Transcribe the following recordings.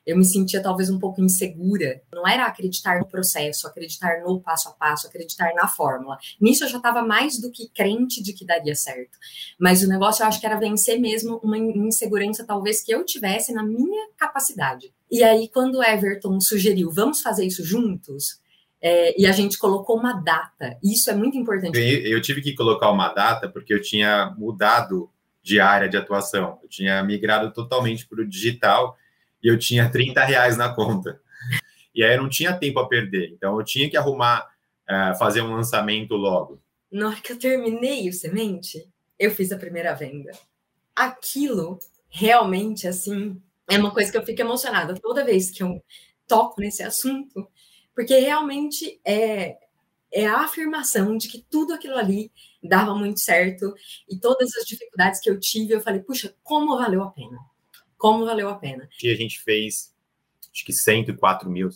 eu me sentia talvez um pouco insegura. Não era acreditar no processo, acreditar no passo a passo, acreditar na fórmula. Nisso eu já estava mais do que crente de que daria certo. Mas o negócio eu acho que era vencer mesmo uma insegurança talvez que eu tivesse na minha capacidade. E aí quando o Everton sugeriu, vamos fazer isso juntos, e a gente colocou uma data. Isso é muito importante. Eu tive que colocar uma data porque eu tinha mudado de área de atuação. Eu tinha migrado totalmente para o digital e eu tinha R$30 na conta. E aí eu não tinha tempo a perder. Então eu tinha que arrumar, fazer um lançamento logo. Na hora que eu terminei o Semente, eu fiz a primeira venda. Aquilo realmente, assim, é uma coisa que eu fico emocionada toda vez que eu toco nesse assunto, porque realmente é a afirmação de que tudo aquilo ali dava muito certo e todas as dificuldades que eu tive, eu falei, puxa, como valeu a pena? Como valeu a pena? E a gente fez, acho que 104 mil.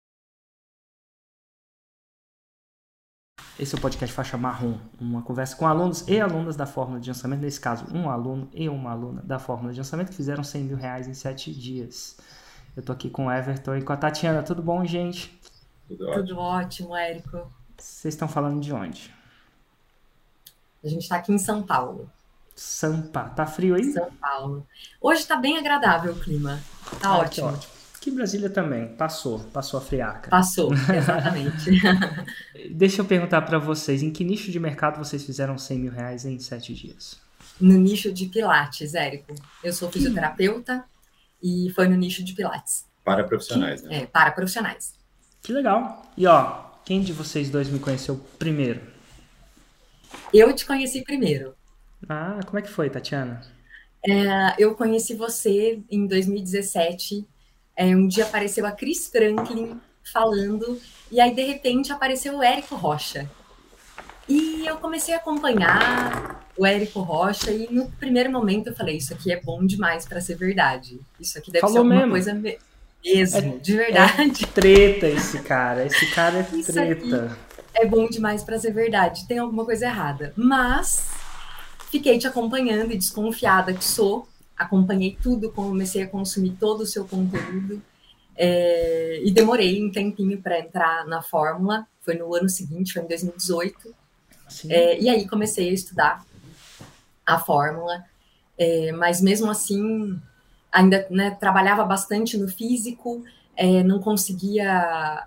Esse é o podcast Faixa Marrom, uma conversa com alunos e alunas da Fórmula de Lançamento, nesse caso, um aluno e uma aluna da Fórmula de Lançamento que fizeram R$100 mil em 7 dias. Eu tô aqui com o Everton e com a Tatiana. Tudo bom, gente? Tudo ótimo, Érico. Vocês estão falando de onde? A gente tá aqui em São Paulo. Tá frio aí? São Paulo. Hoje tá bem agradável o clima. Tá ótimo. Ótimo. Aqui em Brasília também. Passou a friaca. Passou, exatamente. Deixa eu perguntar para vocês, em que nicho de mercado vocês fizeram R$100 mil em 7 dias? No nicho de Pilates, Érico. Eu sou fisioterapeuta e foi no nicho de Pilates. Para profissionais, né? Para profissionais. Que legal. E quem de vocês dois me conheceu primeiro? Eu te conheci primeiro. Como é que foi, Tatiana? Eu conheci você em 2017. Um dia apareceu a Cris Franklin falando, e aí de repente apareceu o Érico Rocha. E eu comecei a acompanhar o Érico Rocha e no primeiro momento eu falei, isso aqui é bom demais para ser verdade. Isso aqui deve ser alguma coisa mesmo, de verdade. É treta esse cara é treta. Isso aqui é bom demais para ser verdade, tem alguma coisa errada. Mas fiquei te acompanhando e desconfiada que sou. Acompanhei tudo, comecei a consumir todo o seu conteúdo e demorei um tempinho para entrar na Fórmula. Foi no ano seguinte, foi em 2018. E aí comecei a estudar a Fórmula, mas mesmo assim ainda trabalhava bastante no físico, não conseguia...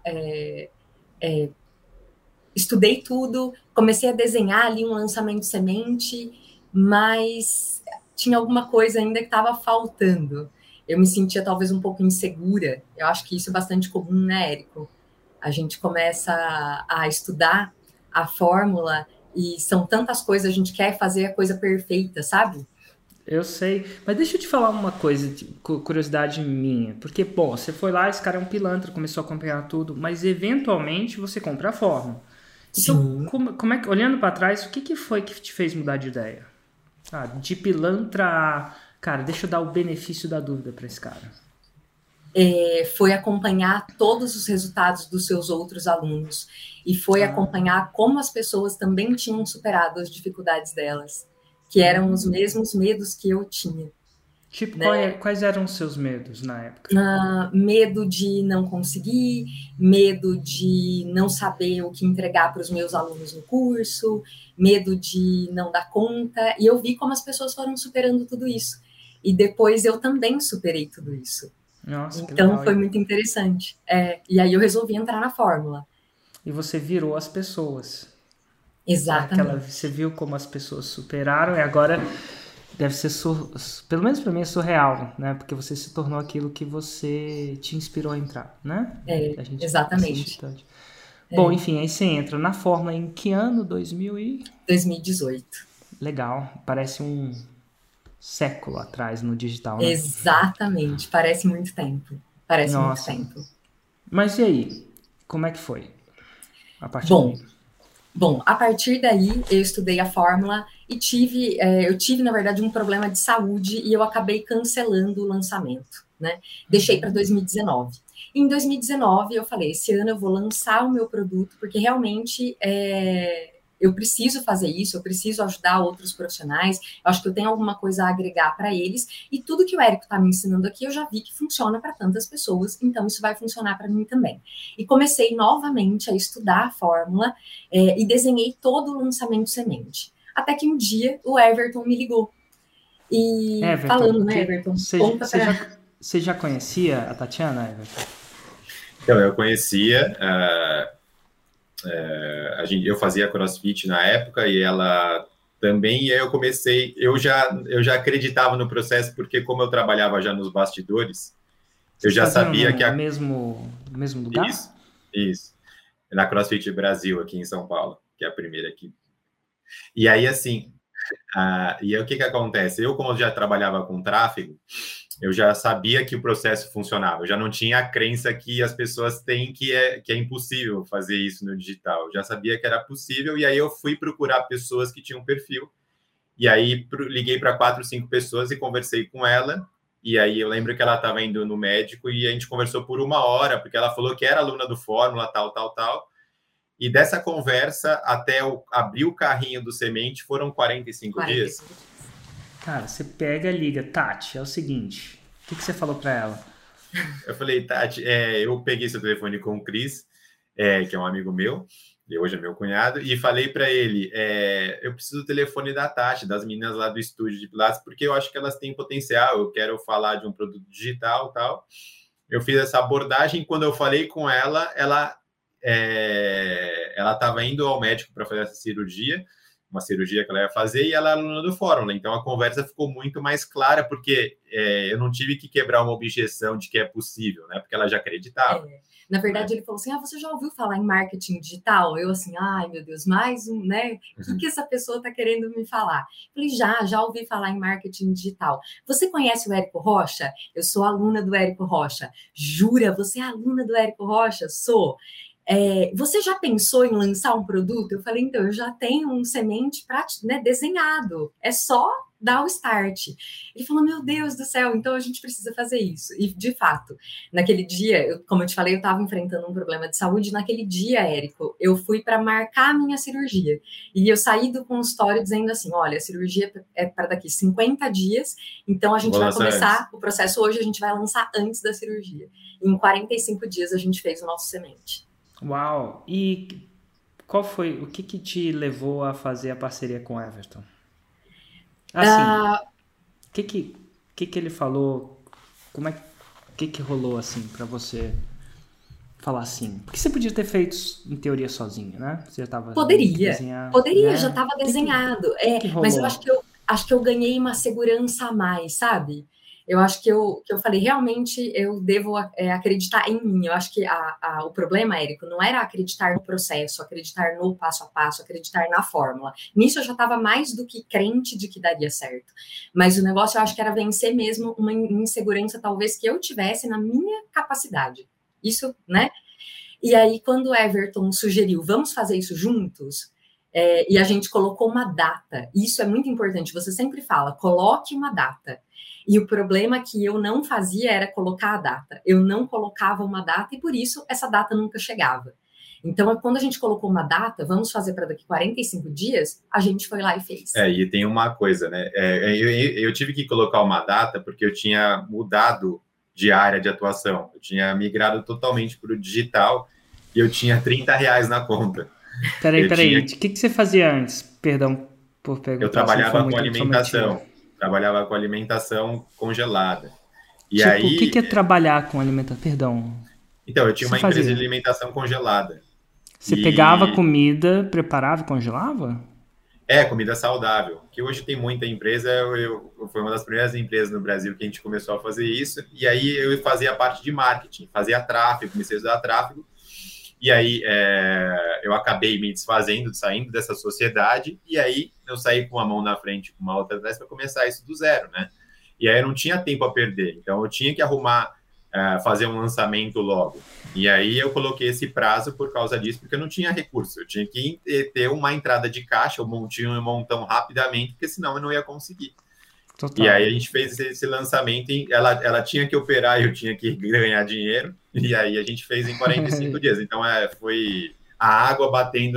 estudei tudo, comecei a desenhar ali um lançamento semente, mas tinha alguma coisa ainda que estava faltando. Eu me sentia talvez um pouco insegura. Eu acho que isso é bastante comum, né, Érico? A gente começa a estudar a fórmula e são tantas coisas, a gente quer fazer a coisa perfeita, sabe? Eu sei, mas deixa eu te falar uma coisa, curiosidade minha, porque, você foi lá, esse cara é um pilantra, começou a acompanhar tudo, mas eventualmente você compra a fórmula. Então, como é que, olhando para trás, o que foi que te fez mudar de ideia? De pilantra, cara, deixa eu dar o benefício da dúvida para esse cara. Foi acompanhar todos os resultados dos seus outros alunos e foi acompanhar como as pessoas também tinham superado as dificuldades delas, que eram os mesmos medos que eu tinha. Tipo, quais eram os seus medos na época? Medo de não conseguir, medo de não saber o que entregar para os meus alunos no curso, medo de não dar conta. E eu vi como as pessoas foram superando tudo isso. E depois eu também superei tudo isso. Nossa, então foi muito interessante. E aí eu resolvi entrar na Fórmula. E você virou as pessoas. Exatamente. Você viu como as pessoas superaram e agora... Deve ser, pelo menos para mim, é surreal, né? Porque você se tornou aquilo que você te inspirou a entrar, né? Exatamente. Bom, enfim, aí você entra na Fórmula em que ano? 2018. Legal, parece um século atrás no digital, né? Exatamente, parece muito tempo. Muito tempo. Mas e aí? Como é que foi? A partir daí? Bom, a partir daí eu estudei a Fórmula e eu tive, na verdade, um problema de saúde e eu acabei cancelando o lançamento, né? Deixei para 2019. Em 2019 eu falei, esse ano eu vou lançar o meu produto, porque realmente eu preciso fazer isso, eu preciso ajudar outros profissionais, eu acho que eu tenho alguma coisa a agregar para eles, e tudo que o Érico está me ensinando aqui, eu já vi que funciona para tantas pessoas, então isso vai funcionar para mim também. E comecei novamente a estudar a fórmula e desenhei todo o lançamento semente. Até que um dia o Everton me ligou. E Everton, falando, né, Everton? Você já conhecia a Tatiana, Everton? Então, eu conhecia, eu fazia CrossFit na época e ela também, e aí eu comecei, eu já acreditava no processo, porque como eu trabalhava já nos bastidores, eu já sabia que... mesmo lugar? Isso. Na CrossFit Brasil, aqui em São Paulo, que é a primeira aqui. E aí, assim, e aí o que acontece? Eu, como já trabalhava com tráfego, eu já sabia que o processo funcionava. Eu já não tinha a crença que as pessoas têm que é impossível fazer isso no digital. Eu já sabia que era possível, e aí eu fui procurar pessoas que tinham perfil. E aí liguei para 4, 5 pessoas e conversei com ela. E aí eu lembro que ela estava indo no médico e a gente conversou por 1 hora, porque ela falou que era aluna do Fórmula, tal. E dessa conversa, até eu abrir o carrinho do semente, foram 45 dias. Cara, você pega e liga. Tati, é o seguinte, o que você falou para ela? Eu falei, Tati, eu peguei seu telefone com o Cris, que é um amigo meu, e hoje é meu cunhado, e falei para ele, eu preciso do telefone da Tati, das meninas lá do estúdio de Pilates, porque eu acho que elas têm potencial, eu quero falar de um produto digital e tal. Eu fiz essa abordagem, quando eu falei com ela, ela estava indo ao médico para fazer essa cirurgia, uma cirurgia que ela ia fazer, e ela é aluna do Fórmula. Então, a conversa ficou muito mais clara, porque eu não tive que quebrar uma objeção de que é possível, né? Porque ela já acreditava. Na verdade, ele falou assim, você já ouviu falar em marketing digital? Eu assim, ai, meu Deus, mais um, né? O que essa pessoa está querendo me falar? Eu falei, já ouvi falar em marketing digital. Você conhece o Érico Rocha? Eu sou aluna do Érico Rocha. Jura? Você é aluna do Érico Rocha? Sou. Você já pensou em lançar um produto? Eu falei, então, eu já tenho um semente desenhado, é só dar o start. Ele falou, meu Deus do céu, então a gente precisa fazer isso. E, de fato, naquele dia, como eu te falei, eu estava enfrentando um problema de saúde. Naquele dia, Érico, eu fui para marcar a minha cirurgia. E eu saí do consultório dizendo assim, olha, a cirurgia é para daqui 50 dias, então a gente vai começar o processo hoje, a gente vai lançar antes da cirurgia. E em 45 dias a gente fez o nosso semente. Uau! E o que te levou a fazer a parceria com o Everton? Assim, o que ele falou? O que rolou assim para você falar assim? Porque você podia ter feito em teoria sozinho, né? Você já tava poderia, né? Já estava desenhado. Mas eu acho que eu ganhei uma segurança a mais, sabe? Eu acho que eu falei, realmente eu devo acreditar em mim. Eu acho que o problema, Érico, não era acreditar no processo, acreditar no passo a passo, acreditar na fórmula. Nisso eu já estava mais do que crente de que daria certo. Mas o negócio eu acho que era vencer mesmo uma insegurança talvez que eu tivesse na minha capacidade. Isso, né? E aí quando o Everton sugeriu, vamos fazer isso juntos? E a gente colocou uma data. Isso é muito importante. Você sempre fala, coloque uma data. E o problema que eu não fazia era colocar a data. Eu não colocava uma data e, por isso, essa data nunca chegava. Então, quando a gente colocou uma data, vamos fazer para daqui 45 dias, a gente foi lá e fez. E tem uma coisa, né? Eu tive que colocar uma data porque eu tinha mudado de área de atuação. Eu tinha migrado totalmente para o digital e eu tinha R$30 na conta. Peraí. O que você fazia antes? Perdão por perguntar. Eu trabalhava com alimentação. Trabalhava com alimentação congelada. E aí, o que é trabalhar com alimentação? Perdão. Então, eu tinha uma empresa de alimentação congelada. Você pegava comida, preparava e congelava? Comida saudável. Que hoje tem muita empresa. Foi uma das primeiras empresas no Brasil que a gente começou a fazer isso. E aí eu fazia parte de marketing, fazia tráfego, comecei a estudar tráfego. E aí eu acabei me desfazendo, saindo dessa sociedade, e aí eu saí com uma mão na frente, com uma outra atrás, para começar isso do zero, né? E aí eu não tinha tempo a perder, então eu tinha que fazer um lançamento logo. E aí eu coloquei esse prazo por causa disso, porque eu não tinha recurso, eu tinha que ter uma entrada de caixa, eu tinha um montão rapidamente, porque senão eu não ia conseguir. Total. E aí a gente fez esse lançamento, ela tinha que operar e eu tinha que ganhar dinheiro, e aí a gente fez em 45 dias. Então foi a água batendo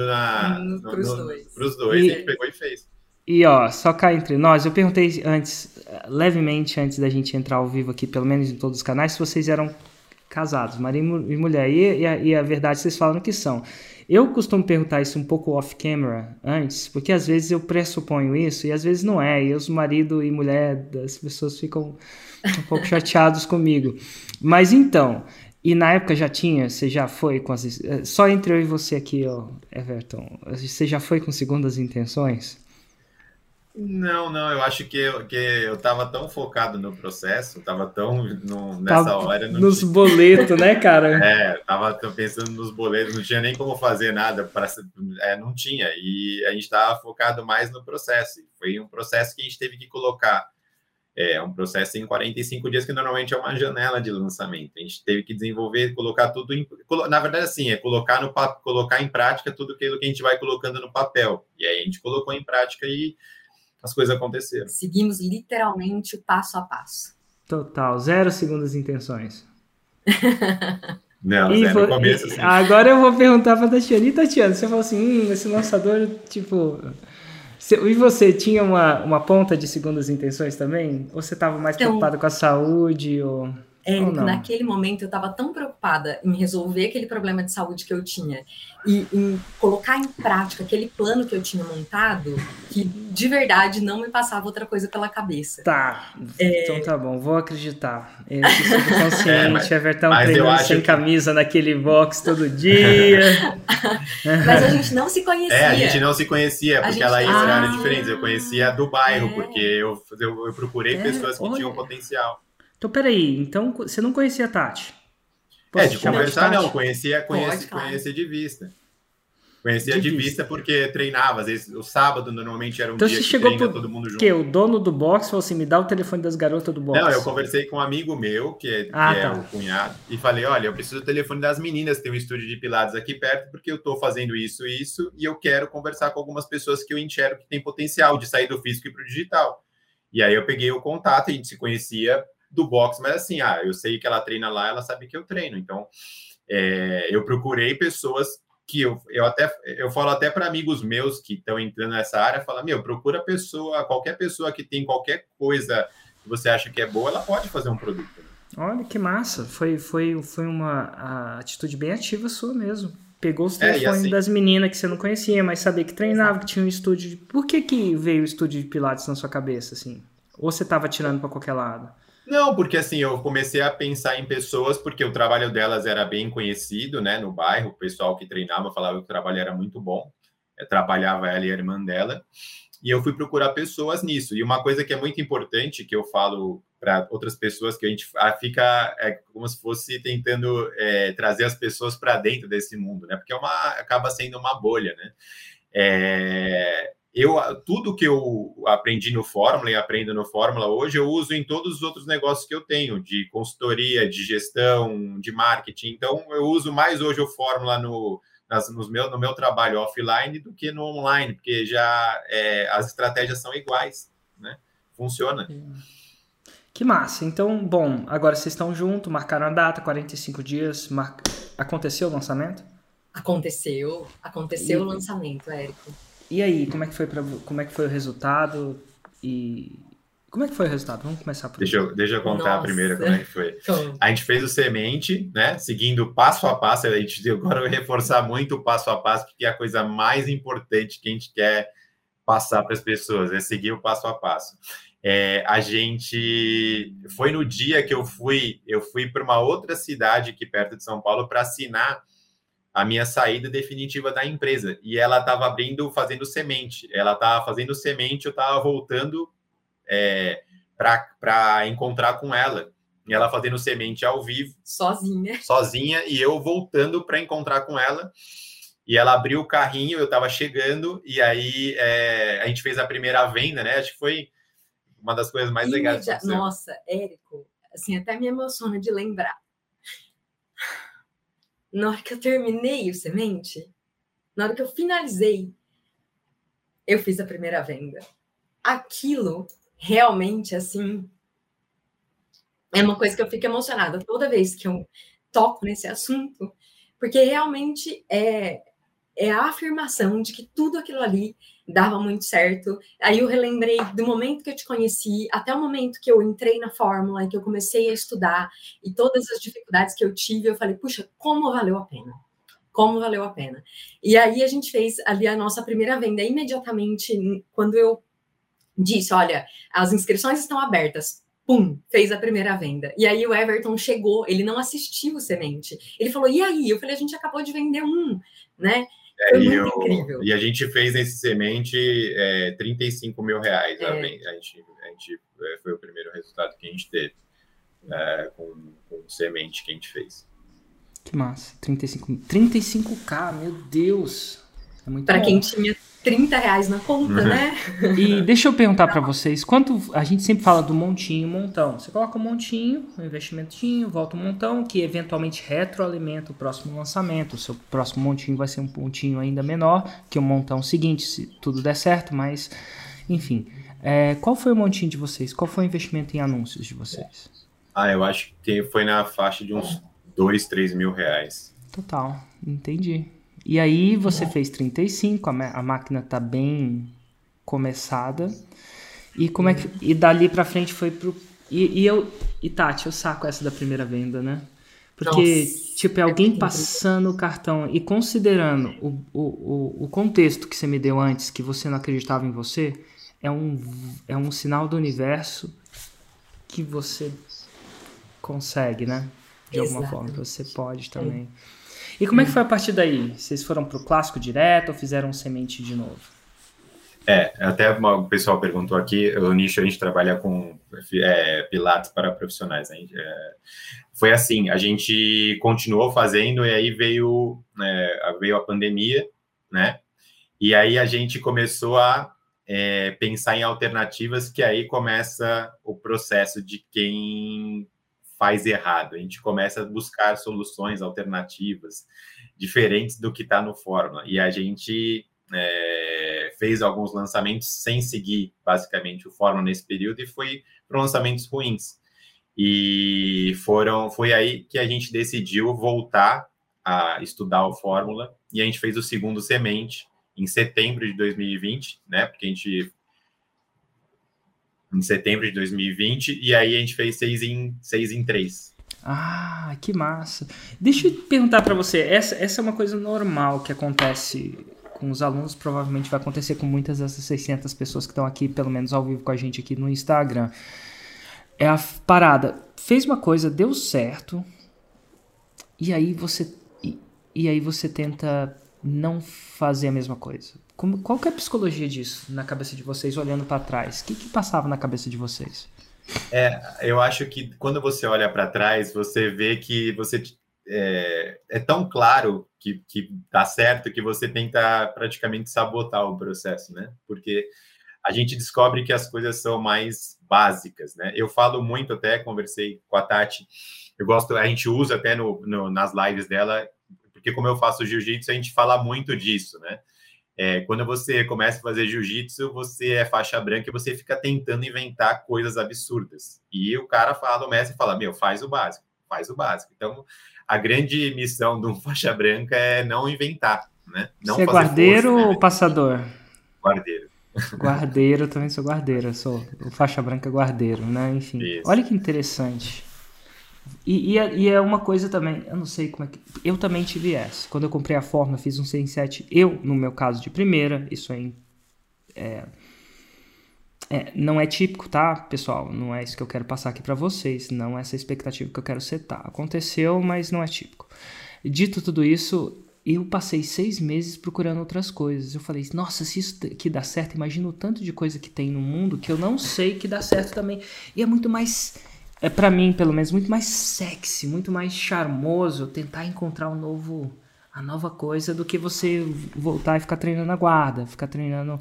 pros dois, e a gente pegou e fez. E ó, só cá entre nós, eu perguntei antes, levemente antes da gente entrar ao vivo aqui, pelo menos em todos os canais, se vocês eram casados, marido e mulher. E a verdade, vocês falam que são. Eu costumo perguntar isso um pouco off-camera antes, porque às vezes eu pressuponho isso e às vezes não é. E os marido e mulher das pessoas ficam um pouco chateados comigo. Mas então, e na época já tinha, você já foi com as... Só entre eu e você aqui, ó, Everton, você já foi com segundas intenções? Não, eu acho que eu tava tão focado no processo, tava tão nessa hora... Nos boletos, né, cara? Tava pensando nos boletos, não tinha nem como fazer nada, não tinha, e a gente tava focado mais no processo, foi um processo que a gente teve que colocar, um processo em 45 dias, que normalmente é uma janela de lançamento, a gente teve que desenvolver, colocar tudo, na verdade assim, colocar em prática tudo aquilo que a gente vai colocando no papel, e aí a gente colocou em prática e as coisas aconteceram. Seguimos literalmente o passo a paço. Total, 0 segundas intenções. Não, no começo, assim. Agora eu vou perguntar para a Tatiana. E Tatiana, você falou assim, esse lançador, tipo... E você tinha uma ponta de segundas intenções também? Ou você estava mais preocupado com a saúde? Ou não? Naquele momento eu estava tão preocupada em resolver aquele problema de saúde que eu tinha e em colocar em prática aquele plano que eu tinha montado, que de verdade não me passava outra coisa pela cabeça. Tá, então tá bom, vou acreditar. Eu sou subconsciente, Everton treinando sem camisa naquele box todo dia. Mas a gente não se conhecia. A gente não se conhecia, porque ela ia em horários diferentes. Eu conhecia do bairro, porque eu procurei pessoas que tinham potencial. Então, peraí, então você não conhecia a Tati? De conversar não, conhecia de vista. Conhecia de vista porque treinava, às vezes o sábado normalmente era um dia que treina todo mundo junto. O dono do box falou assim, me dá o telefone das garotas do box. Não, eu conversei com um amigo meu, que é o cunhado, e falei, olha, eu preciso do telefone das meninas, tem um estúdio de pilates aqui perto, porque eu tô fazendo isso, e eu quero conversar com algumas pessoas que eu enxergo que tem potencial de sair do físico e pro digital. E aí eu peguei o contato, a gente se conhecia do box, mas assim, eu sei que ela treina lá, ela sabe que eu treino, então eu procurei pessoas que eu falo até para amigos meus que estão entrando nessa área, fala, procura qualquer pessoa que tem qualquer coisa que você acha que é boa, ela pode fazer um produto. Olha que massa, foi uma atitude bem ativa sua mesmo. Pegou os telefones das meninas que você não conhecia, mas sabia que treinava, que tinha um estúdio. Por que veio o estúdio de pilates na sua cabeça, assim? Ou você estava tirando para qualquer lado? Não, porque assim, eu comecei a pensar em pessoas, porque o trabalho delas era bem conhecido, né, no bairro, o pessoal que treinava falava que o trabalho era muito bom, trabalhava ela e a irmã dela, e eu fui procurar pessoas nisso, e uma coisa que é muito importante, que eu falo para outras pessoas, que a gente fica como se fosse tentando trazer as pessoas para dentro desse mundo, né, porque acaba sendo uma bolha, né, tudo que eu aprendi no Fórmula e aprendo no Fórmula hoje, eu uso em todos os outros negócios que eu tenho, de consultoria, de gestão, de marketing. Então, eu uso mais hoje o Fórmula no meu trabalho offline do que no online, porque já as estratégias são iguais, né? Funciona. Que massa. Então, bom, agora vocês estão juntos, marcaram a data, 45 dias. Aconteceu o lançamento? Aconteceu o lançamento, Érico. E aí, como é que foi o resultado? E como é que foi o resultado? Vamos começar por Deixa eu contar primeiro como é que foi. A gente fez o semente, né? Seguindo passo a passo. Agora eu vou reforçar muito o passo a passo, porque é a coisa mais importante que a gente quer passar para as pessoas, é seguir o passo a passo. A gente foi no dia que eu fui para uma outra cidade aqui perto de São Paulo para assinar a minha saída definitiva da empresa. E ela estava fazendo semente. Ela estava fazendo semente, eu estava voltando para encontrar com ela. E ela fazendo semente ao vivo. Sozinha, e eu voltando para encontrar com ela. E ela abriu o carrinho, eu estava chegando, e aí a gente fez a primeira venda, né? Acho que foi uma das coisas mais legais que aconteceu. Nossa, Érico, assim, até me emociona de lembrar. Na hora que eu terminei o semente, na hora que eu finalizei, eu fiz a primeira venda. Aquilo, realmente, assim, é uma coisa que eu fico emocionada toda vez que eu toco nesse assunto, porque realmente é a afirmação de que tudo aquilo ali dava muito certo. Aí eu relembrei do momento que eu te conheci até o momento que eu entrei na fórmula e que eu comecei a estudar e todas as dificuldades que eu tive, eu falei, puxa, como valeu a pena. Como valeu a pena. E aí a gente fez ali a nossa primeira venda imediatamente quando eu disse, olha, as inscrições estão abertas. Pum, fez a primeira venda. E aí o Everton chegou, ele não assistiu o Semente. Ele falou, e aí? Eu falei, a gente acabou de vender um, né? Foi muito incrível. E a gente fez nesse Semente 35 mil reais. A gente foi o primeiro resultado que a gente teve com o Semente que a gente fez. Que massa. 35K, meu Deus. É muito pra bom. Quem tinha 30 reais na conta, né? E deixa eu perguntar para vocês, quanto a gente sempre fala do montinho, montão. Você coloca um montinho, um investimentinho, volta um montão, que eventualmente retroalimenta o próximo lançamento. O seu próximo montinho vai ser um montinho ainda menor que o montão seguinte, se tudo der certo, mas enfim. Qual foi o montinho de vocês? Qual foi o investimento em anúncios de vocês? Eu acho que foi na faixa de uns 2, 3 mil reais. Total, entendi. E aí você fez 35, a máquina tá bem começada. E como é que e dali pra frente foi pro e Tati, eu saco essa da primeira venda, né? Porque nossa, tipo alguém passando o cartão e considerando o contexto que você me deu antes, que você não acreditava em você, é um sinal do universo que você consegue, né? De alguma forma, que você pode também. E como é que foi a partir daí? Vocês foram pro clássico direto ou fizeram um Semente de novo? Até o pessoal perguntou aqui, o nicho a gente trabalha com pilates para profissionais. Foi assim, a gente continuou fazendo e aí veio a pandemia, né? E aí a gente começou a pensar em alternativas, que aí começa o processo de quem faz errado. A gente começa a buscar soluções alternativas, diferentes do que está no Fórmula. E a gente fez alguns lançamentos sem seguir, basicamente, o Fórmula nesse período, e foram lançamentos ruins. E foi aí que a gente decidiu voltar a estudar o Fórmula, e a gente fez o segundo Semente em setembro de 2020, né? Porque a gente... em setembro de 2020, e aí a gente fez 6 em 3. Ah, que massa. Deixa eu perguntar para você, essa é uma coisa normal que acontece com os alunos, provavelmente vai acontecer com muitas dessas 600 pessoas que estão aqui, pelo menos ao vivo com a gente aqui no Instagram. É a parada, fez uma coisa, deu certo, e aí você tenta não fazer a mesma coisa. Qual que é a psicologia disso na cabeça de vocês, olhando para trás? O que passava na cabeça de vocês? Eu acho que quando você olha para trás, você vê que você é tão claro que dá certo que você tenta praticamente sabotar o processo, né? Porque a gente descobre que as coisas são mais básicas, né? Eu falo muito, até conversei com a Tati, a gente usa até nas lives dela, porque como eu faço jiu-jitsu, a gente fala muito disso, né? Quando você começa a fazer jiu-jitsu, você é faixa branca e você fica tentando inventar coisas absurdas. E o cara fala, o mestre fala, faz o básico, faz o básico. Então, a grande missão de um faixa branca é não inventar, né? Não você é guardeiro força, ou né? Passador? Guardeiro. Guardeiro, eu também sou guardeiro, eu sou o faixa branca guardeiro, né? Enfim, isso. Olha que interessante. E é uma coisa também, eu não sei como é que... Eu também tive essa. Quando eu comprei a Fórmula, fiz um 107. No meu caso de primeira, isso não é típico, tá, pessoal? Não é isso que eu quero passar aqui pra vocês. Não é essa expectativa que eu quero setar. Aconteceu, mas não é típico. Dito tudo isso, eu passei 6 meses procurando outras coisas. Eu falei, nossa, se isso aqui dá certo, imagina o tanto de coisa que tem no mundo que eu não sei que dá certo também. E é muito mais... pra mim, pelo menos, muito mais sexy, muito mais charmoso tentar encontrar a nova coisa do que você voltar e ficar treinando a guarda, ficar treinando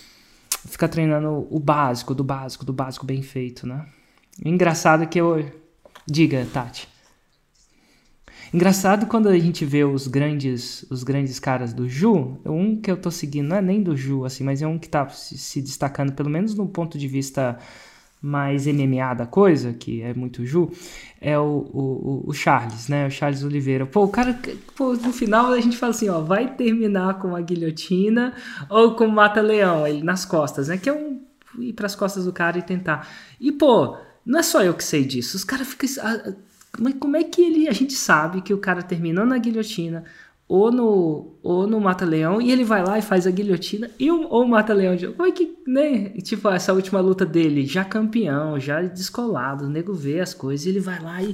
o básico, do básico bem feito, né? Engraçado que Diga, Tati. Engraçado quando a gente vê os grandes caras do Ju, um que eu tô seguindo, não é nem do Ju, assim, mas é um que tá se destacando, pelo menos no ponto de vista mais MMA da coisa, que é muito Ju, é o Charles, né? O Charles Oliveira. Pô, o cara, no final a gente fala assim, ó, vai terminar com a guilhotina ou com mata-leão, ele nas costas, né? Que é ir pras costas do cara e tentar. E, pô, não é só eu que sei disso. Os caras ficam... Mas como é que a gente sabe que o cara terminando na guilhotina ou no mata-leão, e ele vai lá e faz a guilhotina ou o mata-leão. Como é que, né? Tipo, essa última luta dele, já campeão, já descolado, o nego vê as coisas, e ele vai lá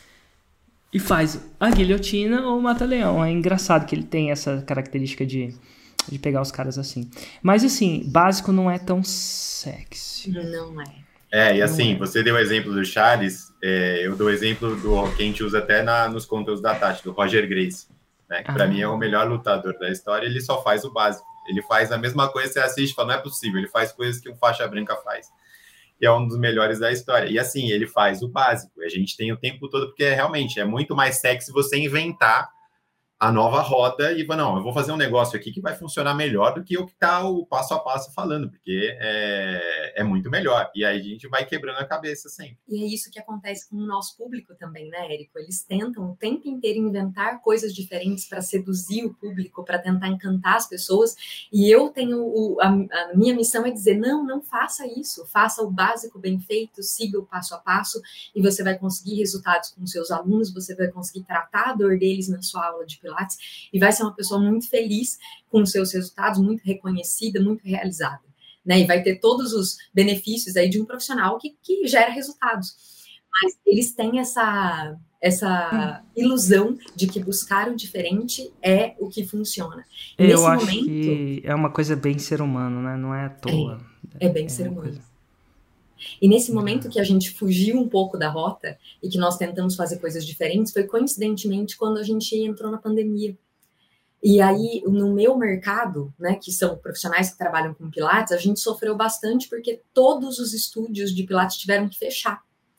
e faz a guilhotina ou o mata-leão. É engraçado que ele tem essa característica de pegar os caras assim. Mas, assim, básico não é tão sexy. Não é. E assim, você deu o exemplo do Charles, eu dou o exemplo do que a gente usa até nos conteúdos da Tati, do Roger Gracie. Né, que para mim é o melhor lutador da história. Ele só faz o básico, ele faz a mesma coisa, você assiste e fala, não é possível, ele faz coisas que um faixa branca faz, e é um dos melhores da história, e assim, ele faz o básico, a gente tem o tempo todo, porque realmente é muito mais sexy você inventar a nova roda e não, eu vou fazer um negócio aqui que vai funcionar melhor do que o que está o passo a passo falando, porque é muito melhor. E aí a gente vai quebrando a cabeça sempre. E é isso que acontece com o nosso público também, né, Érico? Eles tentam o tempo inteiro inventar coisas diferentes para seduzir o público, para tentar encantar as pessoas. E eu tenho a minha missão é dizer, não faça isso. Faça o básico bem feito, siga o passo a passo e você vai conseguir resultados com seus alunos, você vai conseguir tratar a dor deles na sua aula de Pilates e vai ser uma pessoa muito feliz com os seus resultados, muito reconhecida, muito realizada, né? E vai ter todos os benefícios aí de um profissional que gera resultados. Mas eles têm essa ilusão de que buscar o diferente é o que funciona. Eu acho que é uma coisa bem ser humano, né? Não é à toa. É bem ser humano. E nesse momento que a gente fugiu um pouco da rota e que nós tentamos fazer coisas diferentes, foi coincidentemente quando a gente entrou na pandemia. E aí, no meu mercado, né, que são profissionais que trabalham com Pilates, a gente sofreu bastante porque todos os estúdios de Pilates tiveram que fechar.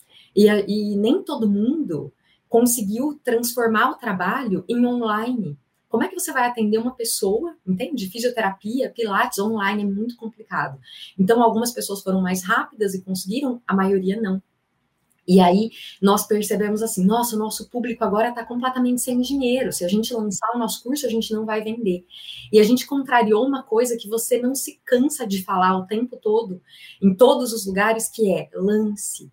E nem todo mundo conseguiu transformar o trabalho em online. Como é que você vai atender uma pessoa, entende? Fisioterapia, Pilates online é muito complicado. Então, algumas pessoas foram mais rápidas e conseguiram, a maioria não. E aí, nós percebemos assim, nossa, o nosso público agora está completamente sem dinheiro. Se a gente lançar o nosso curso, a gente não vai vender. E a gente contrariou uma coisa que você não se cansa de falar o tempo todo, em todos os lugares, que é lance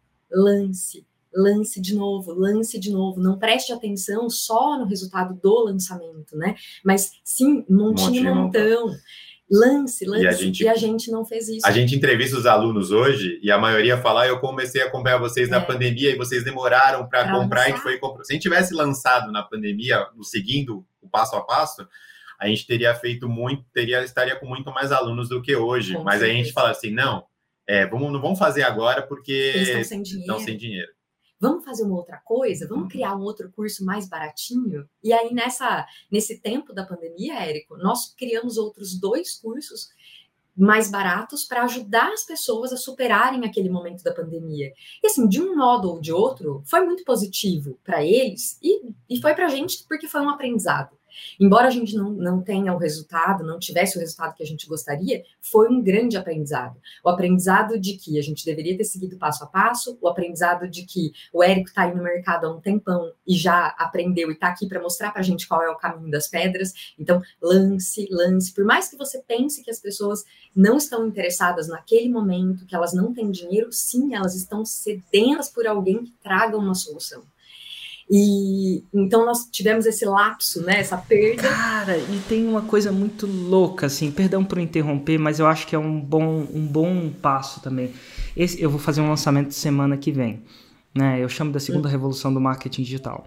de novo, não preste atenção só no resultado do lançamento, né? Mas sim, montão, lance, e a gente não fez isso. A gente entrevista os alunos hoje e a maioria fala, eu comecei a acompanhar vocês na pandemia e vocês demoraram para comprar, a gente foi comprar. Se a gente tivesse lançado na pandemia, seguindo o passo a passo, a gente teria feito muito, estaria com muito mais alunos do que hoje. Mas aí a gente fala assim, não vamos fazer agora porque eles estão sem dinheiro. Vamos fazer uma outra coisa? Vamos criar um outro curso mais baratinho? E aí, nesse tempo da pandemia, Érico, nós criamos outros 2 cursos mais baratos para ajudar as pessoas a superarem aquele momento da pandemia. E assim, de um modo ou de outro, foi muito positivo para eles e foi para a gente porque foi um aprendizado. Embora a gente não tenha o resultado, não tivesse o resultado que a gente gostaria, foi um grande aprendizado. O aprendizado de que a gente deveria ter seguido passo a passo, o aprendizado de que o Érico está aí no mercado há um tempão e já aprendeu e está aqui para mostrar para a gente qual é o caminho das pedras. Então, lance. Por mais que você pense que as pessoas não estão interessadas naquele momento, que elas não têm dinheiro, sim, elas estão sedentas por alguém que traga uma solução. E então nós tivemos esse lapso, né, essa perda. Cara, e tem uma coisa muito louca, assim, perdão por interromper, mas eu acho que é um bom passo também. Eu vou fazer um lançamento semana que vem, né? Eu chamo da segunda revolução do marketing digital.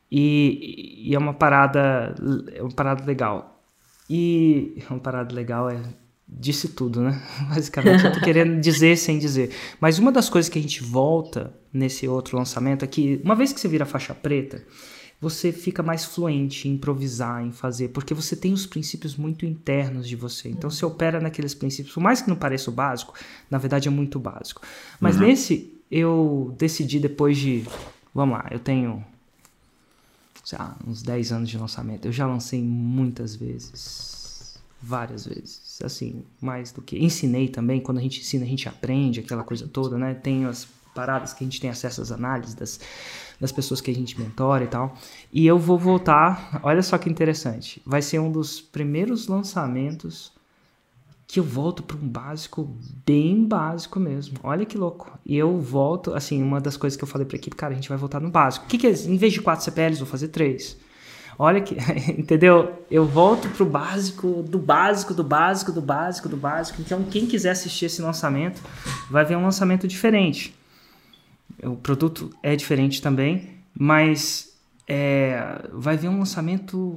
E é uma parada legal. E uma parada legal disse tudo, né? Basicamente, eu tô querendo dizer sem dizer. Mas uma das coisas que a gente volta nesse outro lançamento é que, uma vez que você vira faixa preta, você fica mais fluente em improvisar, em fazer, porque você tem os princípios muito internos de você. Então, você opera naqueles princípios, por mais que não pareça o básico, na verdade é muito básico. Mas nesse, eu decidi depois de... Vamos lá, eu tenho, sei lá, uns 10 anos de lançamento. Eu já lancei muitas vezes. várias vezes, assim, mais do que... Ensinei também, quando a gente ensina, a gente aprende, aquela coisa toda, né? Tem as paradas que a gente tem acesso às análises das pessoas que a gente mentora e tal. E eu vou voltar, olha só que interessante, vai ser um dos primeiros lançamentos que eu volto para um básico, bem básico mesmo. Olha que louco. E eu volto, assim, uma das coisas que eu falei para a equipe, cara, a gente vai voltar no básico. O que é? Em vez de 4 CPLs, vou fazer 3. Olha que, entendeu? Eu volto pro básico, do básico, do básico, do básico, do básico. Então, quem quiser assistir esse lançamento, vai ver um lançamento diferente. O produto é diferente também, mas vai ver um lançamento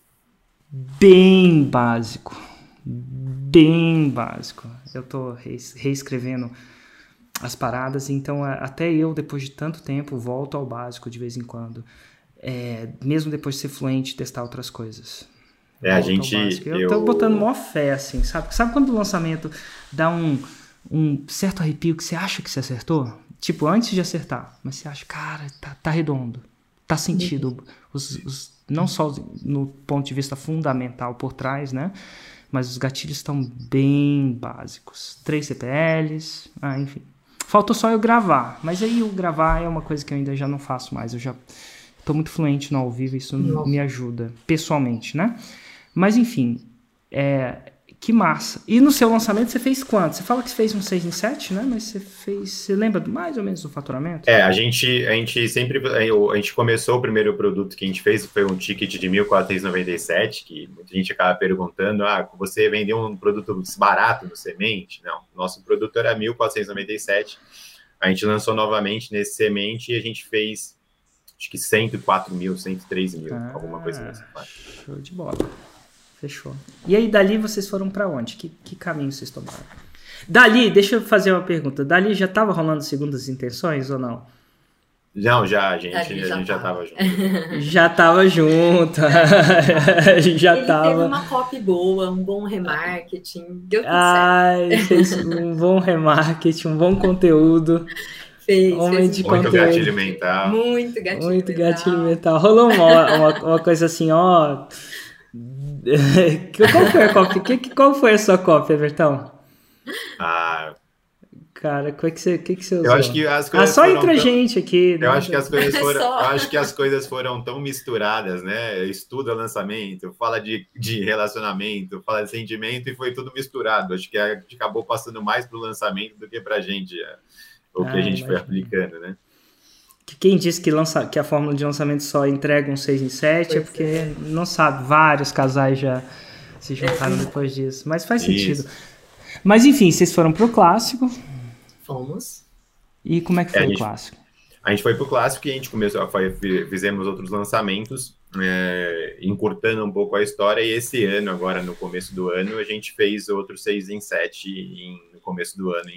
bem básico. Bem básico. Eu tô reescrevendo as paradas, então até eu, depois de tanto tempo, volto ao básico de vez em quando. Mesmo depois de ser fluente, testar outras coisas. A gente... Eu tô botando maior fé, assim, sabe? Sabe quando o lançamento dá um certo arrepio que você acha que você acertou? Tipo, antes de acertar, mas você acha, cara, tá redondo, tá sentido. Não só no ponto de vista fundamental por trás, né? Mas os gatilhos estão bem básicos. 3 CPLs, enfim. Faltou só eu gravar, mas aí o gravar é uma coisa que eu ainda já não faço mais. Eu já tô muito fluente no ao vivo, isso me ajuda, pessoalmente, né? Mas enfim, que massa. E no seu lançamento você fez quanto? Você fala que você fez um 6 em 7, né? Mas você lembra mais ou menos do faturamento? A gente começou, o primeiro produto que a gente fez foi um ticket de 1.497, que muita gente acaba perguntando, você vendeu um produto barato no Semente? Não, nosso produto era 1.497, a gente lançou novamente nesse Semente e a gente fez, acho que 104 mil, 103 mil, alguma coisa dessa parte. Show de bola. Fechou. E aí, dali vocês foram pra onde? Que caminho vocês tomaram? Dali, deixa eu fazer uma pergunta. Dali já tava rolando segundas intenções ou não? Não, a gente já tava junto. Já tava junto. Ele teve uma copy boa, um bom remarketing. Deu tudo certo. Fez um bom remarketing, um bom conteúdo. Fez de muito conteúdo. Gatilho mental. Muito gatilho mental. Rolou uma coisa assim, ó... Qual foi a cópia? Qual foi a sua cópia, Everton? Cara, o que você usou? Eu acho que as coisas só entre a gente aqui. Eu acho que as coisas foram tão misturadas, né? Estuda lançamento, fala de relacionamento, fala de sentimento e foi tudo misturado. Acho que a gente acabou passando mais pro lançamento do que pra gente o que a gente foi aplicando, né? Quem disse que a fórmula de lançamento só entrega um 6 em 7 é porque não sabe, vários casais já se juntaram depois disso, mas faz sentido. Mas enfim, vocês foram pro clássico. Fomos. E como é que foi o clássico? A gente foi pro clássico e a gente fizemos outros lançamentos, encurtando um pouco a história, e esse ano, agora no começo do ano, a gente fez outro 6 em 7 no começo do ano,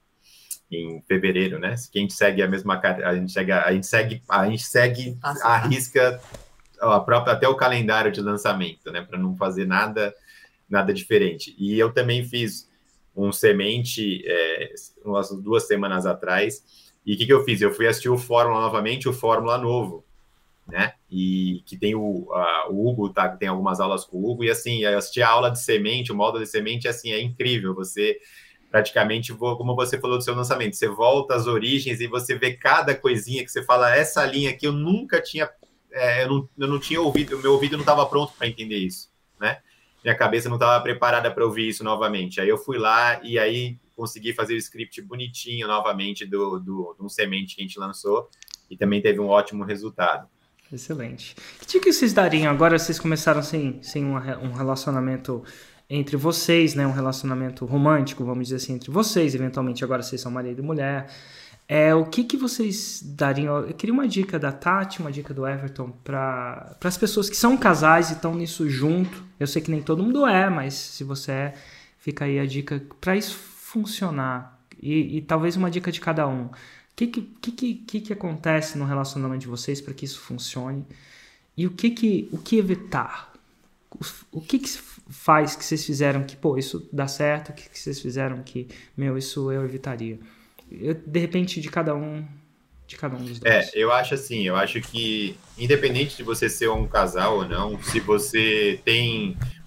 em fevereiro, né? Que a gente segue a mesma cara, a gente segue a risca até o calendário de lançamento, né? Para não fazer nada diferente. E eu também fiz um Semente umas 2 semanas atrás. E o que eu fiz? Eu fui assistir o Fórmula novamente, o Fórmula novo, né? E que tem o Hugo, tem algumas aulas com o Hugo, e assim, eu assisti a aula de Semente, o módulo de Semente, assim, é incrível. Você praticamente, como você falou do seu lançamento, você volta às origens e você vê cada coisinha que você fala, essa linha aqui eu nunca tinha, eu não tinha ouvido, o meu ouvido não estava pronto para entender isso, né? Minha cabeça não estava preparada para ouvir isso novamente. Aí eu fui lá e aí consegui fazer o script bonitinho novamente de um Semente que a gente lançou e também teve um ótimo resultado. Excelente. Que dica vocês dariam agora? Vocês começaram sem um relacionamento entre vocês, né, um relacionamento romântico, vamos dizer assim, entre vocês, eventualmente agora vocês são marido e mulher. O que vocês dariam? Eu queria uma dica da Tati, uma dica do Everton para as pessoas que são casais e estão nisso junto. Eu sei que nem todo mundo mas se você fica aí a dica para isso funcionar e talvez uma dica de cada um. O que acontece no relacionamento de vocês para que isso funcione e o que evitar? O que faz que vocês fizeram que, isso dá certo, o que vocês fizeram que, isso eu evitaria? De repente, de cada um dos dois. Eu acho que, independente de você ser um casal ou não, se você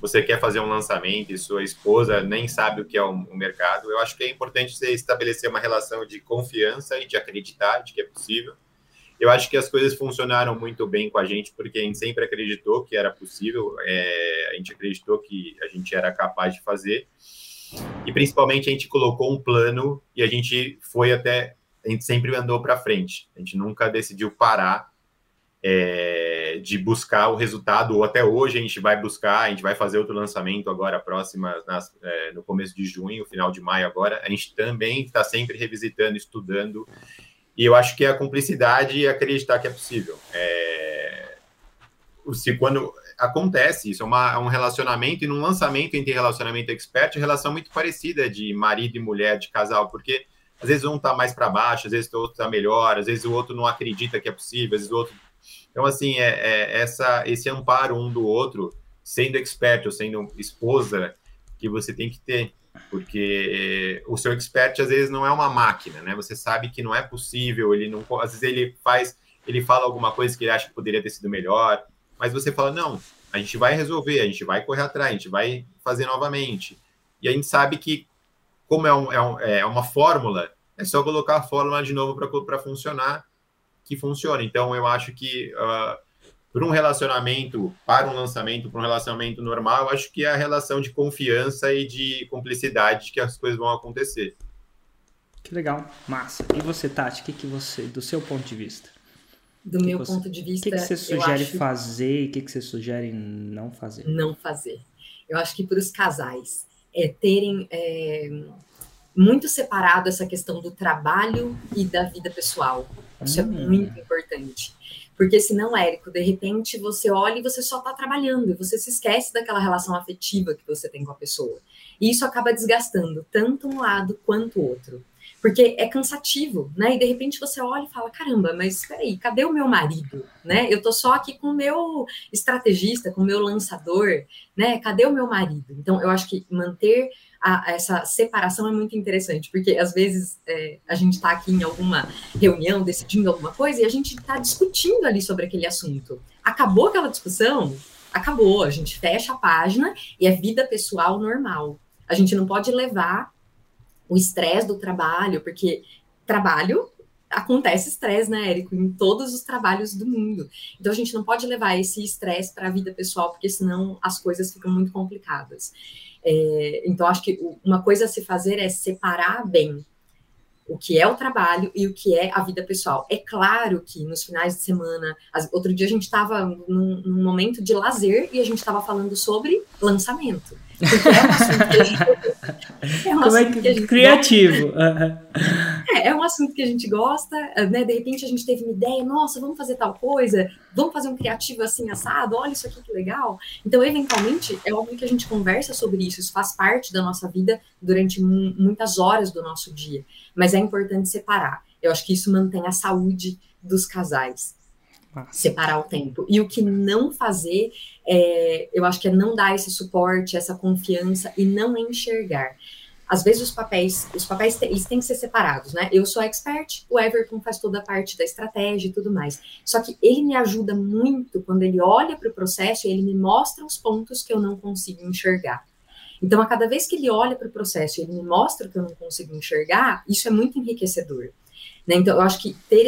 você quer fazer um lançamento e sua esposa nem sabe o que é o mercado. Eu acho que é importante você estabelecer uma relação de confiança e de acreditar de que é possível. Eu acho que as coisas funcionaram muito bem com a gente, porque a gente sempre acreditou que era possível, a gente acreditou que a gente era capaz de fazer, e principalmente a gente colocou um plano e a gente sempre andou para frente. A gente nunca decidiu parar de buscar o resultado, ou até hoje a gente vai fazer outro lançamento agora, no começo de junho, final de maio agora. A gente também está sempre revisitando, estudando, e eu acho que é a cumplicidade e acreditar que é possível. Quando acontece isso, é um relacionamento, e num lançamento entre relacionamento e expert, relação muito parecida de marido e mulher, de casal, porque às vezes um está mais para baixo, às vezes o outro está melhor, às vezes o outro não acredita que é possível, às vezes o outro... Então, assim, esse amparo um do outro, sendo expert ou sendo esposa, que você tem que ter, porque o seu expert, às vezes, não é uma máquina, né? Você sabe que não é possível, às vezes ele fala alguma coisa que ele acha que poderia ter sido melhor, mas você fala, não, a gente vai resolver, a gente vai correr atrás, a gente vai fazer novamente. E a gente sabe que, como é uma fórmula, é só colocar a fórmula de novo para funcionar, que funciona. Então, eu acho que para um relacionamento, para um lançamento, para um relacionamento normal, eu acho que é a relação de confiança e de cumplicidade que as coisas vão acontecer. Que legal, massa. E você, Tati, o que você, do seu ponto de vista? Do meu ponto de vista, o que você sugere fazer e o que você sugere não fazer? Não fazer. Eu acho que para os casais terem muito separado essa questão do trabalho e da vida pessoal. Isso é muito importante. Porque senão, Érico, de repente você olha e você só está trabalhando e você se esquece daquela relação afetiva que você tem com a pessoa. E isso acaba desgastando tanto um lado quanto o outro. Porque é cansativo, né? E de repente você olha e fala, caramba, mas peraí, cadê o meu marido? Né? Eu tô só aqui com o meu estrategista, com o meu lançador, né? Cadê o meu marido? Então, eu acho que manter essa separação é muito interessante, porque às vezes a gente está aqui em alguma reunião decidindo alguma coisa e a gente está discutindo ali sobre aquele assunto. Acabou aquela discussão? Acabou, a gente fecha a página e é vida pessoal normal. A gente não pode levar o estresse do trabalho, porque trabalho acontece estresse, né, Érico, em todos os trabalhos do mundo. Então a gente não pode levar esse estresse para a vida pessoal, porque senão as coisas ficam muito complicadas. Então acho que uma coisa a se fazer é separar bem o que é o trabalho e o que é a vida pessoal. É claro que nos finais de semana, outro dia a gente estava num momento de lazer e a gente estava falando sobre lançamento. Porque é um assunto que a gente criativo. É um assunto que a gente gosta, né? De repente a gente teve uma ideia, nossa, vamos fazer tal coisa, vamos fazer um criativo assim, assado, olha isso aqui que legal. Então, eventualmente, é óbvio que a gente conversa sobre isso faz parte da nossa vida durante muitas horas do nosso dia, mas é importante separar. Eu acho que isso mantém a saúde dos casais. Separar o tempo. E o que não fazer, eu acho que é não dar esse suporte, essa confiança e não enxergar. Às vezes os papéis eles têm que ser separados, né? Eu sou expert, o Everton faz toda a parte da estratégia e tudo mais. Só que ele me ajuda muito quando ele olha para o processo e ele me mostra os pontos que eu não consigo enxergar. Então, a cada vez que ele olha para o processo e ele me mostra o que eu não consigo enxergar, isso é muito enriquecedor, né? Então, eu acho que ter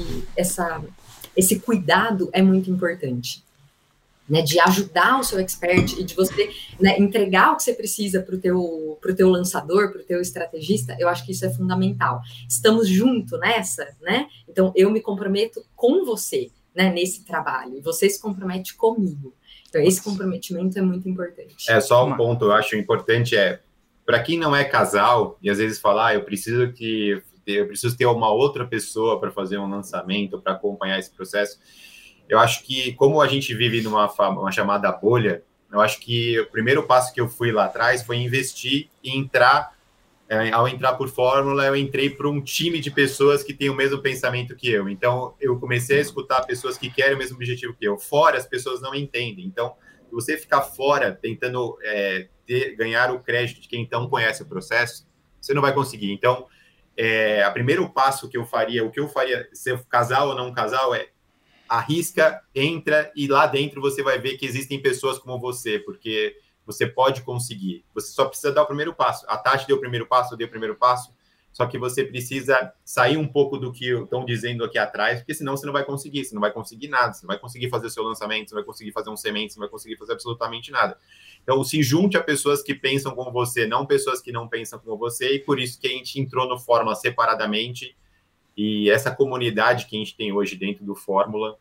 esse cuidado é muito importante, né, de ajudar o seu expert e de você, né, entregar o que você precisa para o teu lançador, para o teu estrategista. Eu acho que isso é fundamental. Estamos juntos nessa, né? Então, eu me comprometo com você, né, nesse trabalho, e você se compromete comigo. Então, esse comprometimento é muito importante. Só um ponto eu acho importante para quem não é casal, e às vezes fala, eu preciso ter uma outra pessoa para fazer um lançamento, para acompanhar esse processo. Eu acho que, como a gente vive numa chamada bolha, eu acho que o primeiro passo que eu fui lá atrás foi investir e entrar. Ao entrar por fórmula, eu entrei para um time de pessoas que têm o mesmo pensamento que eu. Então, eu comecei a escutar pessoas que querem o mesmo objetivo que eu. Fora, as pessoas não entendem. Então, se você ficar fora, tentando ganhar o crédito de quem então conhece o processo, você não vai conseguir. Então, o primeiro passo que eu faria, se casal ou não casal, arrisca, entra e lá dentro você vai ver que existem pessoas como você, porque Você pode conseguir. Você só precisa dar o primeiro passo. A Tati deu o primeiro passo, eu dei o primeiro passo. Só que você precisa sair um pouco do que estão dizendo aqui atrás, porque senão você não vai conseguir. Você não vai conseguir nada. Você não vai conseguir fazer o seu lançamento, você não vai conseguir fazer um semente, você não vai conseguir fazer absolutamente nada. Então, se junte a pessoas que pensam como você, não pessoas que não pensam como você. E por isso que a gente entrou no Fórmula separadamente. E essa comunidade que a gente tem hoje dentro do Fórmula,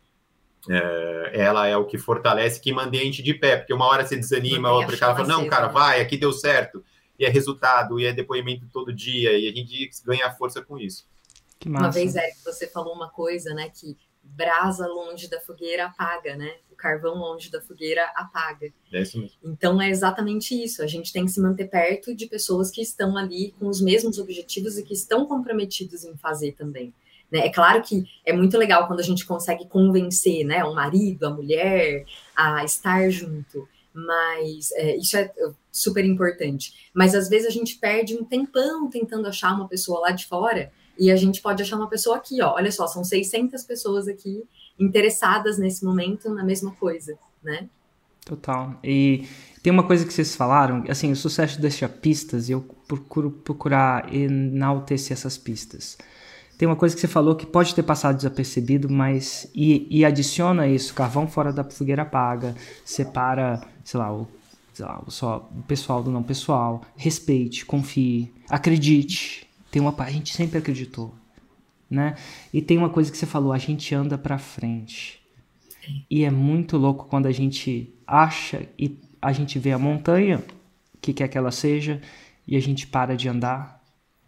ela é o que fortalece, que mantém a gente de pé, porque uma hora você desanima, outra cara fala, não, cara, vai, aqui deu certo, e é resultado, e é depoimento todo dia, e a gente ganha força com isso. Que massa. Uma vez, Eric, você falou uma coisa, né, que brasa longe da fogueira apaga, né, o carvão longe da fogueira apaga. É isso mesmo. Então é exatamente isso, a gente tem que se manter perto de pessoas que estão ali com os mesmos objetivos e que estão comprometidos em fazer também. É claro que é muito legal quando a gente consegue convencer, né, o marido, a mulher, a estar junto, mas isso é super importante. Mas às vezes a gente perde um tempão tentando achar uma pessoa lá de fora e a gente pode achar uma pessoa aqui, ó, olha só, são 600 pessoas aqui interessadas nesse momento na mesma coisa, né? Total. E tem uma coisa que vocês falaram, assim, o sucesso deixa pistas e eu procuro procurar enaltecer essas pistas. Tem uma coisa que você falou que pode ter passado desapercebido, mas e adiciona isso, carvão fora da fogueira apaga, separa, sei lá, o pessoal do não pessoal, respeite, confie, acredite. A gente sempre acreditou, né? E tem uma coisa que você falou, a gente anda pra frente. E é muito louco quando a gente acha e a gente vê a montanha, que quer que ela seja, e a gente para de andar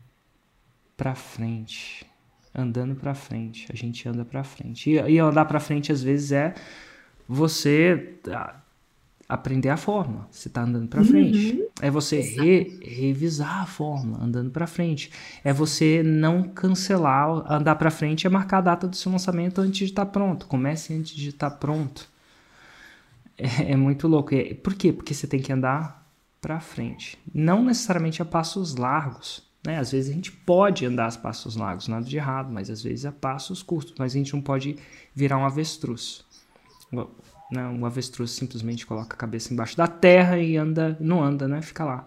pra frente. Andando pra frente, a gente anda pra frente. E andar pra frente, às vezes, é você aprender a fórmula. Você tá andando pra frente. É você revisar a fórmula, andando pra frente. É você não cancelar. Andar pra frente é marcar a data do seu lançamento antes de estar pronto. Comece antes de estar pronto. É muito louco. Por quê? Porque você tem que andar pra frente. Não necessariamente a passos largos. Né? Às vezes a gente pode andar a passos largos, nada de errado, mas às vezes a passos curtos, mas a gente não pode virar um avestruz. Um avestruz simplesmente coloca a cabeça embaixo da terra e não anda, né? Fica lá.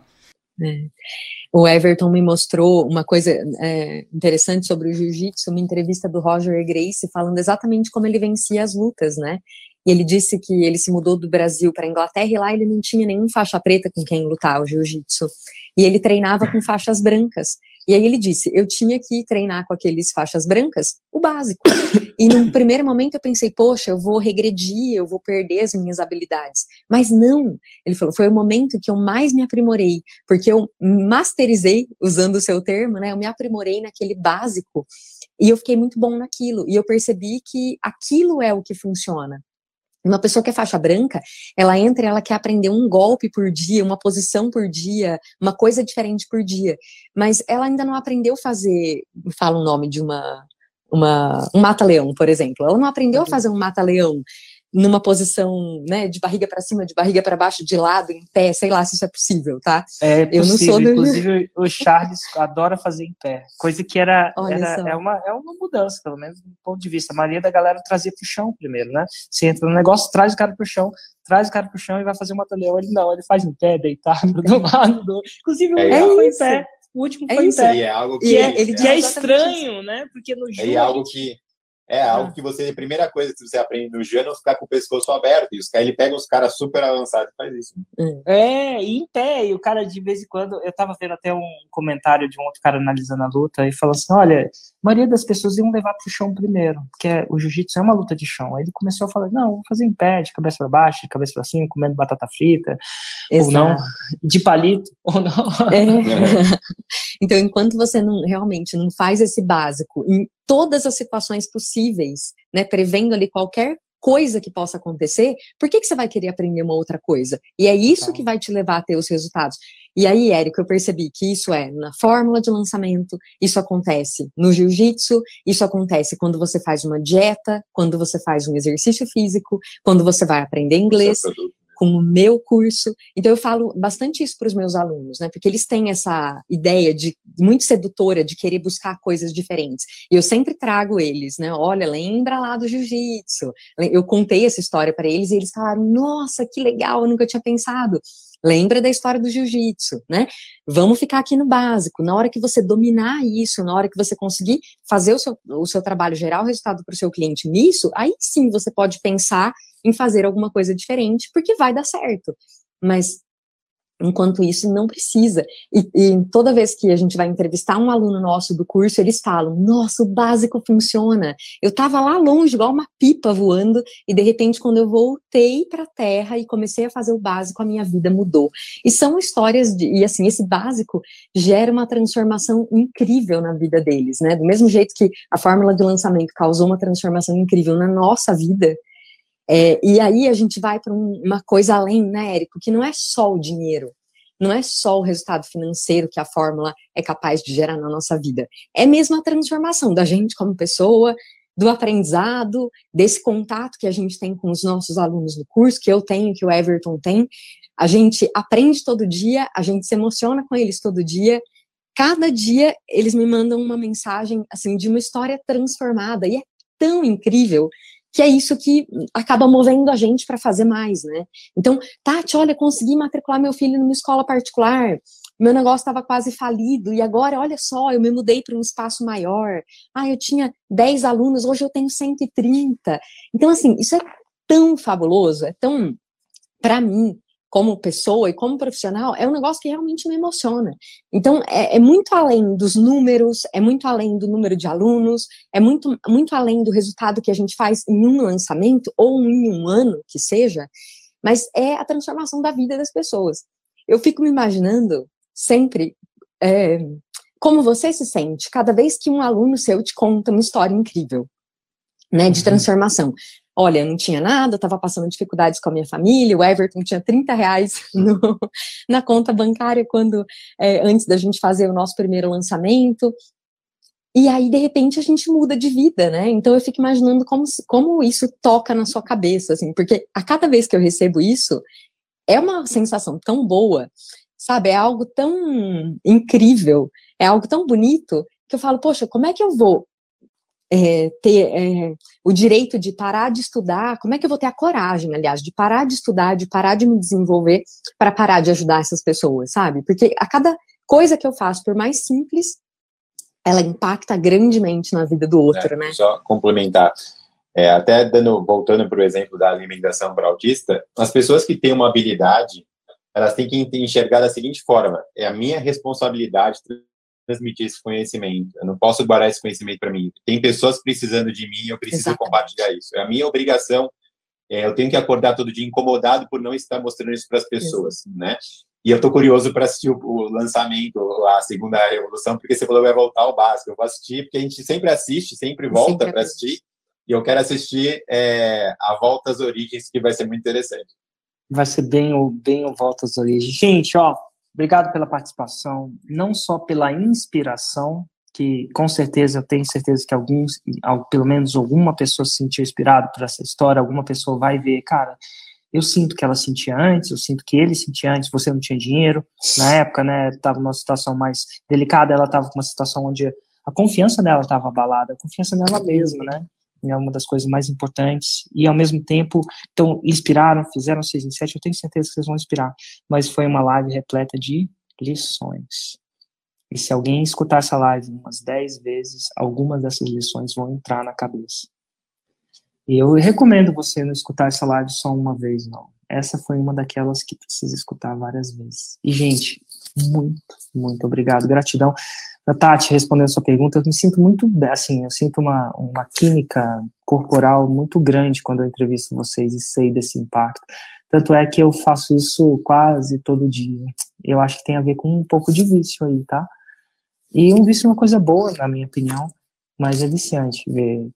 O Everton me mostrou uma coisa interessante sobre o jiu-jitsu, uma entrevista do Roger Gracie falando exatamente como ele vencia as lutas, né? E ele disse que ele se mudou do Brasil para a Inglaterra e lá ele não tinha nenhum faixa preta com quem lutar o jiu-jitsu. E ele treinava com faixas brancas. E aí ele disse, eu tinha que treinar com aqueles faixas brancas, o básico. E num primeiro momento eu pensei, poxa, eu vou regredir, eu vou perder as minhas habilidades. Mas não, ele falou, foi o momento que eu mais me aprimorei, porque eu masterizei, usando o seu termo, né, eu me aprimorei naquele básico, e eu fiquei muito bom naquilo. E eu percebi que aquilo é o que funciona. Uma pessoa que é faixa branca, ela entra e ela quer aprender um golpe por dia, uma posição por dia, uma coisa diferente por dia. Mas ela ainda não aprendeu a fazer, fala o nome de um mata-leão, por exemplo. Ela não aprendeu a fazer um mata-leão numa posição, né, de barriga para cima, de barriga para baixo, de lado, em pé, sei lá se isso é possível, tá? É possível, eu não sou inclusive o Charles adora fazer em pé, coisa que é uma mudança, pelo menos do ponto de vista. A maioria da galera trazia pro chão primeiro, né? Você entra no negócio, traz o cara pro chão e vai fazer um mata-leão. Ele não, ele faz em pé, deitado, do lado. Inclusive o último foi em pé. O último foi em pé. É algo que é estranho, né? Porque no jogo... algo que você, a primeira coisa que você aprende no Jano é ficar com o pescoço aberto. E ele pega os caras super avançados e faz isso. E em pé. E o cara, de vez em quando, eu tava vendo até um comentário de um outro cara analisando a luta e falou assim: olha, a maioria das pessoas iam levar pro chão primeiro, porque o jiu-jitsu é uma luta de chão. Aí ele começou a falar: não, vou fazer em pé, de cabeça para baixo, de cabeça para cima, comendo batata frita, ou não, de palito, ou não. Então, enquanto você realmente não faz esse básico em todas as situações possíveis, né, prevendo ali qualquer coisa que possa acontecer, por que você vai querer aprender uma outra coisa? E é isso que vai te levar a ter os resultados. E aí, Érico, eu percebi que isso é na fórmula de lançamento, isso acontece no jiu-jitsu, isso acontece quando você faz uma dieta, quando você faz um exercício físico, quando você vai aprender inglês, com o meu curso. Então eu falo bastante isso para os meus alunos, né, porque eles têm essa ideia muito sedutora de querer buscar coisas diferentes, e eu sempre trago eles, né, olha, lembra lá do jiu-jitsu, eu contei essa história para eles e eles falaram, nossa, que legal, eu nunca tinha pensado. Lembra da história do jiu-jitsu, né? Vamos ficar aqui no básico. Na hora que você dominar isso, na hora que você conseguir fazer o seu trabalho, gerar o resultado para o seu cliente nisso, aí sim você pode pensar em fazer alguma coisa diferente, porque vai dar certo. Mas, enquanto isso, não precisa. E toda vez que a gente vai entrevistar um aluno nosso do curso, eles falam, nossa, o básico funciona. Eu estava lá longe, igual uma pipa voando, e de repente, quando eu voltei para a terra e comecei a fazer o básico, a minha vida mudou. E são histórias e assim, esse básico gera uma transformação incrível na vida deles, né? Do mesmo jeito que a fórmula de lançamento causou uma transformação incrível na nossa vida. E aí a gente vai para uma coisa além, né, Érico, que não é só o dinheiro, não é só o resultado financeiro que a fórmula é capaz de gerar na nossa vida, é mesmo a transformação da gente como pessoa, do aprendizado, desse contato que a gente tem com os nossos alunos no curso, que eu tenho, que o Everton tem, a gente aprende todo dia, a gente se emociona com eles todo dia, cada dia eles me mandam uma mensagem, assim, de uma história transformada, e é tão incrível, que é isso que acaba movendo a gente para fazer mais, né? Então, Tati, olha, consegui matricular meu filho numa escola particular, meu negócio estava quase falido, e agora, olha só, eu me mudei para um espaço maior, eu tinha 10 alunos, hoje eu tenho 130. Então, assim, isso é tão fabuloso, é tão, para mim, como pessoa e como profissional, é um negócio que realmente me emociona. Então, é muito além dos números, é muito além do número de alunos, é muito, muito além do resultado que a gente faz em um lançamento, ou em um ano, que seja, mas é a transformação da vida das pessoas. Eu fico me imaginando sempre como você se sente cada vez que um aluno seu te conta uma história incrível, né, de transformação. Olha, eu não tinha nada, eu estava passando dificuldades com a minha família, o Everton tinha 30 reais na conta bancária antes da gente fazer o nosso primeiro lançamento, e aí, de repente, a gente muda de vida, né? Então, eu fico imaginando como isso toca na sua cabeça, assim, porque a cada vez que eu recebo isso, é uma sensação tão boa, sabe? É algo tão incrível, é algo tão bonito, que eu falo, poxa, como é que eu vou ter o direito de parar de estudar, como é que eu vou ter a coragem, aliás, de parar de estudar, de parar de me desenvolver para parar de ajudar essas pessoas, sabe? Porque a cada coisa que eu faço, por mais simples, ela impacta grandemente na vida do outro, né? Só complementar, até voltando para o exemplo da alimentação para autista, as pessoas que têm uma habilidade, elas têm que enxergar da seguinte forma, é a minha responsabilidade transmitir esse conhecimento, eu não posso guardar esse conhecimento para mim, tem pessoas precisando de mim, eu preciso compartilhar isso, é a minha obrigação, eu tenho que acordar todo dia incomodado por não estar mostrando isso para as pessoas, né? E eu tô curioso para assistir o lançamento, a segunda revolução, porque você falou que vai voltar ao básico, eu vou assistir, porque a gente sempre assiste, sempre volta para assistir, e eu quero assistir a Volta às Origens, que vai ser muito interessante. Vai ser bem o Volta às Origens. Gente, obrigado pela participação, não só pela inspiração, que com certeza, eu tenho certeza que pelo menos alguma pessoa se sentiu inspirado por essa história, alguma pessoa vai ver, cara, eu sinto que ela sentia antes, eu sinto que ele sentia antes, você não tinha dinheiro, na época, né, estava numa situação mais delicada, ela estava com uma situação onde a confiança dela estava abalada, a confiança nela mesma, né, é uma das coisas mais importantes, e ao mesmo tempo, então, inspiraram, fizeram 6 em 7, eu tenho certeza que vocês vão inspirar, mas foi uma live repleta de lições, e se alguém escutar essa live umas 10 vezes, algumas dessas lições vão entrar na cabeça, e eu recomendo você não escutar essa live só uma vez, não, essa foi uma daquelas que precisa escutar várias vezes, e gente, muito, muito obrigado, gratidão. Tati, respondendo a sua pergunta, eu me sinto muito, assim, eu sinto uma química corporal muito grande quando eu entrevisto vocês e sei desse impacto. Tanto é que eu faço isso quase todo dia. Eu acho que tem a ver com um pouco de vício aí, tá? E um vício é uma coisa boa, na minha opinião, mas é viciante ver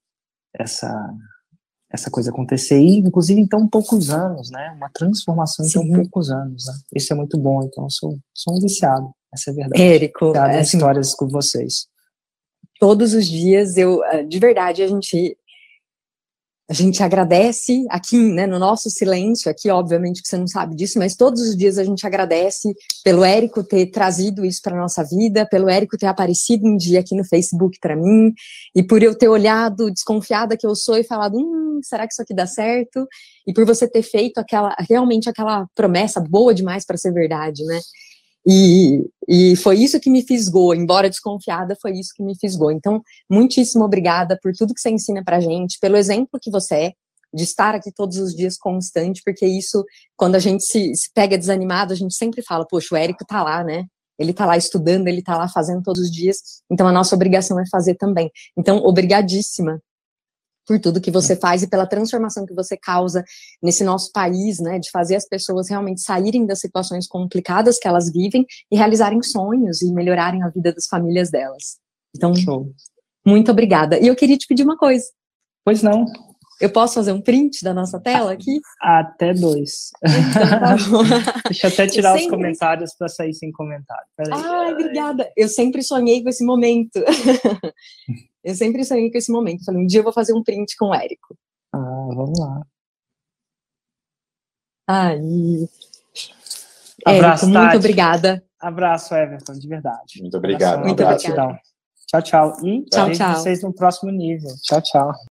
essa coisa acontecer, e inclusive em tão poucos anos, né? Uma transformação em tão poucos anos, né? Isso é muito bom, então eu sou um viciado. Essa é a verdade. Érico, assim, histórias com vocês. Todos os dias, de verdade, a gente A gente agradece aqui, né, no nosso silêncio, aqui, obviamente que você não sabe disso, mas todos os dias a gente agradece pelo Érico ter trazido isso para nossa vida, pelo Érico ter aparecido um dia aqui no Facebook para mim, e por eu ter olhado, desconfiada que eu sou, e falado, será que isso aqui dá certo? E por você ter feito realmente aquela promessa boa demais para ser verdade, né? E foi isso que me fisgou, embora desconfiada, foi isso que me fisgou. Então, muitíssimo obrigada por tudo que você ensina pra gente, pelo exemplo que você é, de estar aqui todos os dias constante, porque isso, quando a gente se pega desanimado, a gente sempre fala, poxa, o Érico tá lá, né? Ele tá lá estudando, ele tá lá fazendo todos os dias, então a nossa obrigação é fazer também. Então, obrigadíssima por tudo que você faz e pela transformação que você causa nesse nosso país, né, de fazer as pessoas realmente saírem das situações complicadas que elas vivem e realizarem sonhos e melhorarem a vida das famílias delas. Então, show. Muito obrigada. E eu queria te pedir uma coisa. Pois não. Eu posso fazer um print da nossa tela aqui? Até 2. Então, tá bom. Deixa eu até tirar os comentários para sair sem comentário. Ai, obrigada. Eu sempre sonhei com esse momento. Eu sempre sonhei com esse momento. Falei, um dia eu vou fazer um print com o Érico. Vamos lá. Ai. Abraço, Érico, muito obrigada. Abraço, Everton, de verdade. Muito obrigado. Muito obrigada. Tchau, tchau. E tchau, vejo vocês no próximo nível. Tchau, tchau.